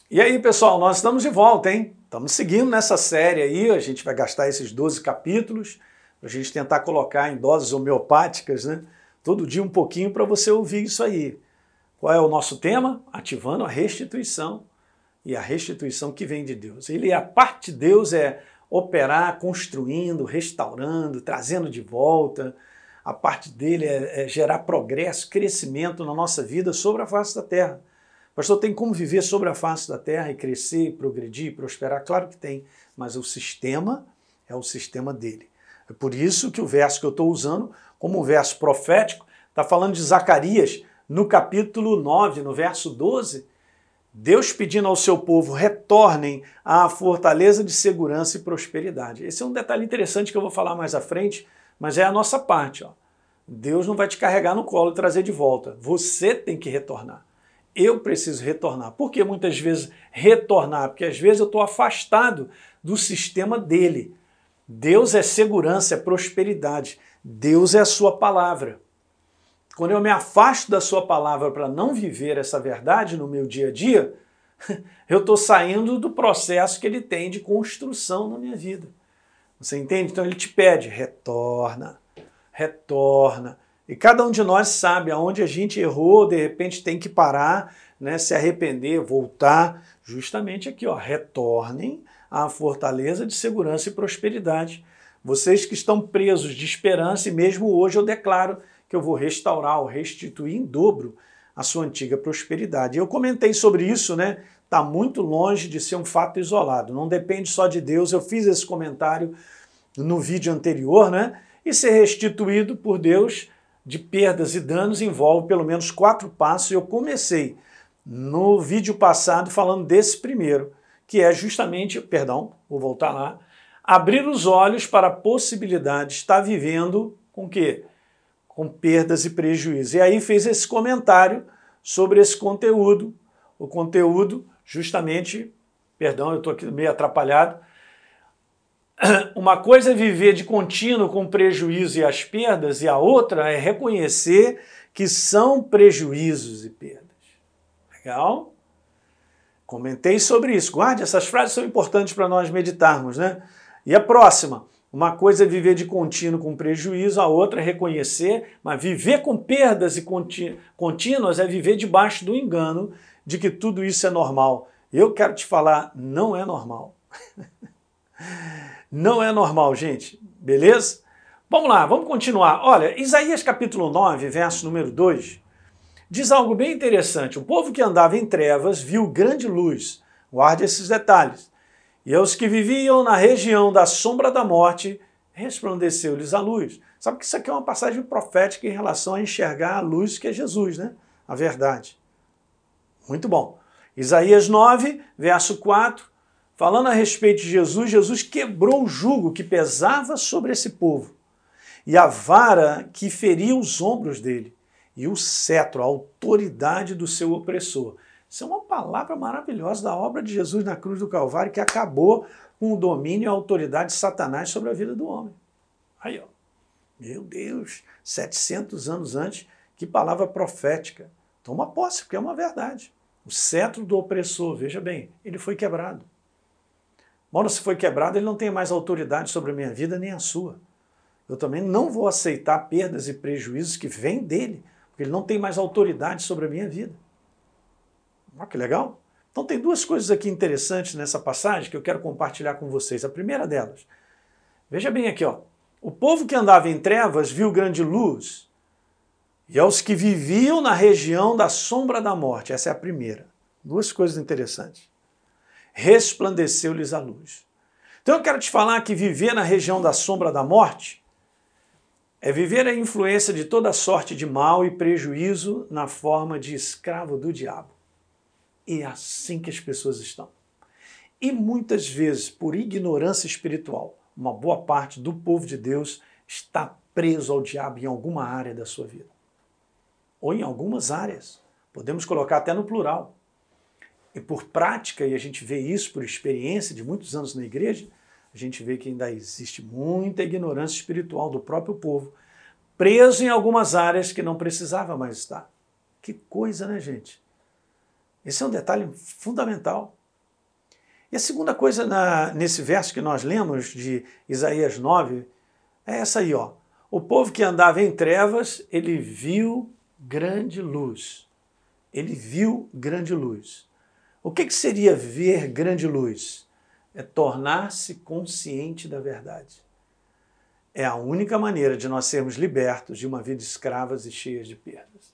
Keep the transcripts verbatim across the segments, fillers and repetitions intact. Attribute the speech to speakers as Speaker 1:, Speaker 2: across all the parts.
Speaker 1: E aí, pessoal, nós estamos de volta, hein? Estamos seguindo nessa série aí, a gente vai gastar esses doze capítulos para a gente tentar colocar em doses homeopáticas, né? Todo dia um pouquinho para você ouvir isso aí. Qual é o nosso tema? Ativando a restituição. E a restituição que vem de Deus. Ele, a parte de Deus é operar, construindo, restaurando, trazendo de volta. A parte dele é, é gerar progresso, crescimento na nossa vida sobre a face da terra. Pastor, tem como viver sobre a face da terra e crescer, progredir, prosperar? Claro que tem, mas o sistema é o sistema dele. É por isso que o verso que eu estou usando como verso profético está falando de Zacarias no capítulo nove, no verso doze, Deus pedindo ao seu povo, retornem à fortaleza de segurança e prosperidade. Esse é um detalhe interessante que eu vou falar mais à frente, mas é a nossa parte. Ó. Deus não vai te carregar no colo e trazer de volta. Você tem que retornar. Eu preciso retornar. Por que muitas vezes retornar? Porque às vezes eu estou afastado do sistema dele. Deus é segurança, é prosperidade. Deus é a sua palavra. Quando eu me afasto da sua palavra para não viver essa verdade no meu dia a dia, eu estou saindo do processo que ele tem de construção na minha vida. Você entende? Então ele te pede, retorna, retorna. E cada um de nós sabe aonde a gente errou, de repente tem que parar, né, se arrepender, voltar. Justamente aqui, ó, retornem à fortaleza de segurança e prosperidade. Vocês que estão presos de esperança, e mesmo hoje eu declaro que eu vou restaurar ou restituir em dobro a sua antiga prosperidade. Eu comentei sobre isso, né? Está muito longe de ser um fato isolado. Não depende só de Deus. Eu fiz esse comentário no vídeo anterior, né? E ser restituído por Deus de perdas e danos envolve pelo menos quatro passos. Eu comecei no vídeo passado falando desse primeiro, que é justamente, perdão, vou voltar lá, abrir os olhos para a possibilidade de estar vivendo com o quê? Com perdas e prejuízos. E aí fez esse comentário sobre esse conteúdo. O conteúdo, justamente, perdão, eu estou aqui meio atrapalhado, uma coisa é viver de contínuo com prejuízo e as perdas, e a outra é reconhecer que são prejuízos e perdas. Legal? Comentei sobre isso. Guarde, essas frases são importantes para nós meditarmos, né? E a próxima? Uma coisa é viver de contínuo com prejuízo, a outra é reconhecer, mas viver com perdas e contínuas é viver debaixo do engano de que tudo isso é normal. Eu quero te falar, não é normal. Não é normal, gente. Beleza? Vamos lá, vamos continuar. Olha, Isaías capítulo nove, verso número dois, diz algo bem interessante. O povo que andava em trevas viu grande luz. Guarde esses detalhes. E aos que viviam na região da sombra da morte, resplandeceu-lhes a luz. Sabe que isso aqui é uma passagem profética em relação a enxergar a luz que é Jesus, né? A verdade. Muito bom. Isaías nove, verso quatro, falando a respeito de Jesus, Jesus quebrou o jugo que pesava sobre esse povo, e a vara que feria os ombros dele, e o cetro, a autoridade do seu opressor. Isso é uma palavra maravilhosa da obra de Jesus na cruz do Calvário, que acabou com o domínio e a autoridade de Satanás sobre a vida do homem. Aí, ó. Meu Deus, setecentos anos antes, que palavra profética. Toma posse, porque é uma verdade. O cetro do opressor, veja bem, ele foi quebrado. Bom, se foi quebrado, ele não tem mais autoridade sobre a minha vida nem a sua. Eu também não vou aceitar perdas e prejuízos que vêm dele, porque ele não tem mais autoridade sobre a minha vida. Olha que legal. Então tem duas coisas aqui interessantes nessa passagem que eu quero compartilhar com vocês. A primeira delas, veja bem aqui, ó. O povo que andava em trevas viu grande luz, e aos que viviam na região da sombra da morte, essa é a primeira. Duas coisas interessantes. Resplandeceu-lhes a luz. Então eu quero te falar que viver na região da sombra da morte é viver a influência de toda sorte de mal e prejuízo na forma de escravo do diabo. E é assim que as pessoas estão. E muitas vezes, por ignorância espiritual, uma boa parte do povo de Deus está preso ao diabo em alguma área da sua vida. Ou em algumas áreas. Podemos colocar até no plural. E por prática, e a gente vê isso por experiência de muitos anos na igreja, a gente vê que ainda existe muita ignorância espiritual do próprio povo, preso em algumas áreas que não precisava mais estar. Que coisa, né, gente? Esse é um detalhe fundamental. E a segunda coisa na, nesse verso que nós lemos de Isaías nove é essa aí, ó. O povo que andava em trevas, ele viu grande luz. Ele viu grande luz. O que, que seria ver grande luz? É tornar-se consciente da verdade. É a única maneira de nós sermos libertos de uma vida escravas e cheias de perdas.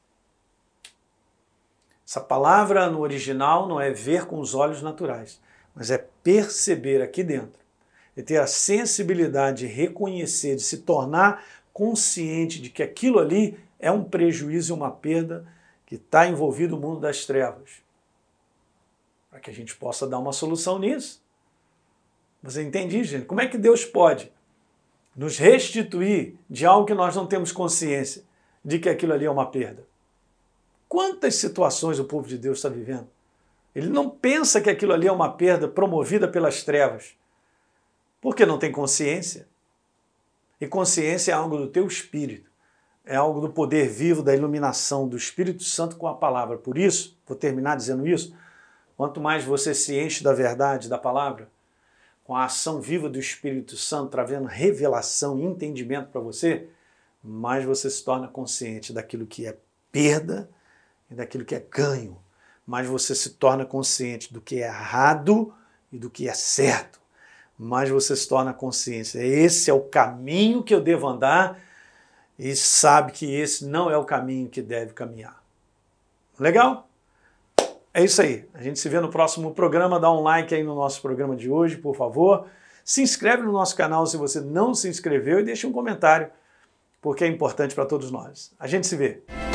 Speaker 1: Essa palavra no original não é ver com os olhos naturais, mas é perceber aqui dentro. É ter a sensibilidade de reconhecer, de se tornar consciente de que aquilo ali é um prejuízo e uma perda que está envolvido no mundo das trevas. Para que a gente possa dar uma solução nisso. Você entende, gente? Como é que Deus pode nos restituir de algo que nós não temos consciência de que aquilo ali é uma perda? Quantas situações o povo de Deus está vivendo? Ele não pensa que aquilo ali é uma perda promovida pelas trevas, porque não tem consciência. E consciência é algo do teu espírito, é algo do poder vivo, da iluminação do Espírito Santo com a palavra. Por isso, vou terminar dizendo isso, quanto mais você se enche da verdade, da palavra, com a ação viva do Espírito Santo, trazendo revelação e entendimento para você, mais você se torna consciente daquilo que é perda e daquilo que é ganho. Mais você se torna consciente do que é errado e do que é certo. Mais você se torna consciente. Esse é o caminho que eu devo andar e sabe que esse não é o caminho que deve caminhar. Legal? É isso aí. A gente se vê no próximo programa. Dá um like aí no nosso programa de hoje, por favor. Se inscreve no nosso canal se você não se inscreveu e deixa um comentário, porque é importante para todos nós. A gente se vê.